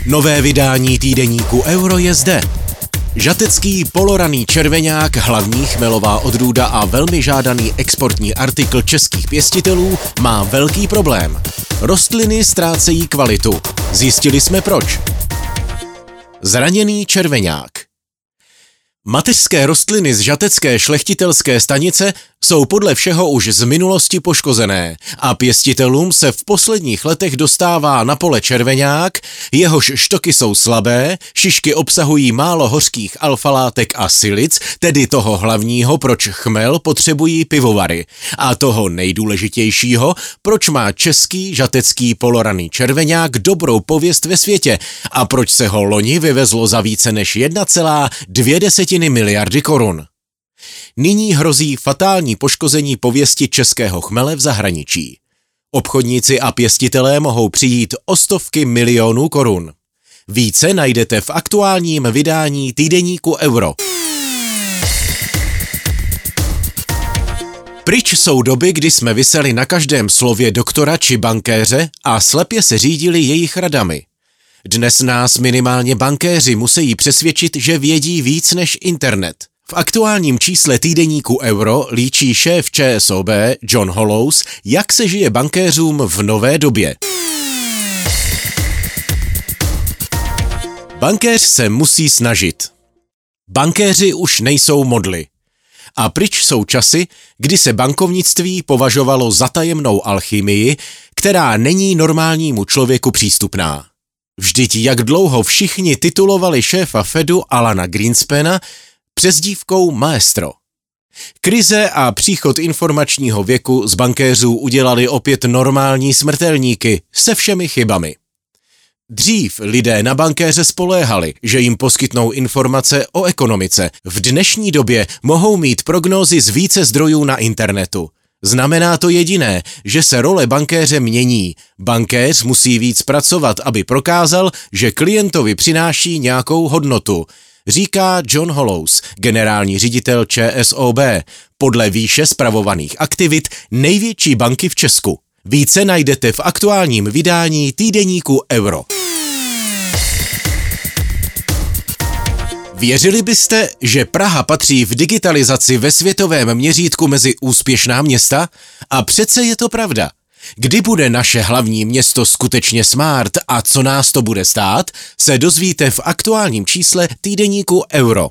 Nové vydání týdeníku Euro je zde. Žatecký poloraný červeňák, hlavní chmelová odrůda a velmi žádaný exportní artikl českých pěstitelů má velký problém. Rostliny ztrácejí kvalitu. Zjistili jsme proč. Zraněný červeňák. Mateřské rostliny z žatecké šlechtitelské stanice jsou podle všeho už z minulosti poškozené a pěstitelům se v posledních letech dostává na pole červeňák, jehož štoky jsou slabé, šišky obsahují málo hořkých alfalátek a silic, tedy toho hlavního, proč chmel potřebují pivovary, a toho nejdůležitějšího, proč má český žatecký poloraný červeňák dobrou pověst ve světě a proč se ho loni vyvezlo za více než 1,2 miliardy korun. Nyní hrozí fatální poškození pověsti českého chmele v zahraničí. Obchodníci a pěstitelé mohou přijít o stovky milionů korun. Více najdete v aktuálním vydání týdeníku Euro. Pryč jsou doby, kdy jsme viseli na každém slově doktora či bankéře a slepě se řídili jejich radami. Dnes nás minimálně bankéři musí přesvědčit, že vědí víc než internet. V aktuálním čísle týdeníku Euro líčí šéf ČSOB John Hollows, jak se žije bankéřům v nové době. Bankéř se musí snažit. Bankéři už nejsou modly. A pryč jsou časy, kdy se bankovnictví považovalo za tajemnou alchymii, která není normálnímu člověku přístupná. Vždyť jak dlouho všichni titulovali šéfa Fedu Alana Greenspana přezdívkou Maestro. Krize a příchod informačního věku z bankéřů udělali opět normální smrtelníky se všemi chybami. Dřív lidé na bankéře spoléhali, že jim poskytnou informace o ekonomice. V dnešní době mohou mít prognózy z více zdrojů na internetu. Znamená to jediné, že se role bankéře mění. Bankéř musí víc pracovat, aby prokázal, že klientovi přináší nějakou hodnotu, říká John Hollows, generální ředitel ČSOB, podle výše spravovaných aktivit největší banky v Česku. Více najdete v aktuálním vydání týdeníku Euro. Věřili byste, že Praha patří v digitalizaci ve světovém měřítku mezi úspěšná města? A přece je to pravda. Kdy bude naše hlavní město skutečně smart a co nás to bude stát, se dozvíte v aktuálním čísle týdeníku Euro.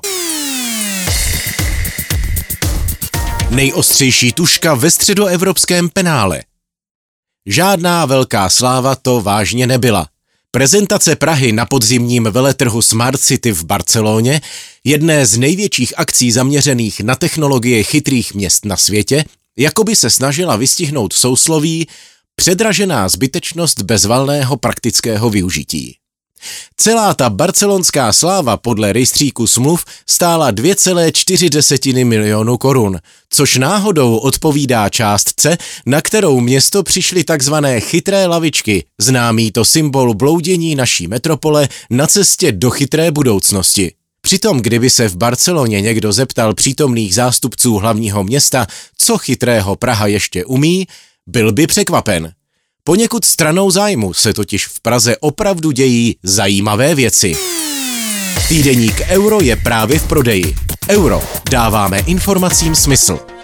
Nejostřejší tužka ve středoevropském penále. Žádná velká sláva to vážně nebyla. Prezentace Prahy na podzimním veletrhu Smart City v Barceloně, jedné z největších akcí zaměřených na technologie chytrých měst na světě, jakoby se snažila vystihnout sousloví předražená zbytečnost bez valného praktického využití. Celá ta barcelonská sláva podle rejstříku smluv stála 2,4 milionu korun, což náhodou odpovídá částce, na kterou město přišly takzvané chytré lavičky, známý to symbol bloudění naší metropole na cestě do chytré budoucnosti. Přitom, kdyby se v Barceloně někdo zeptal přítomných zástupců hlavního města, co chytrého Praha ještě umí, byl by překvapen. Poněkud stranou zájmu se totiž v Praze opravdu dějí zajímavé věci. Týdeník Euro je právě v prodeji. Euro. Dáváme informacím smysl.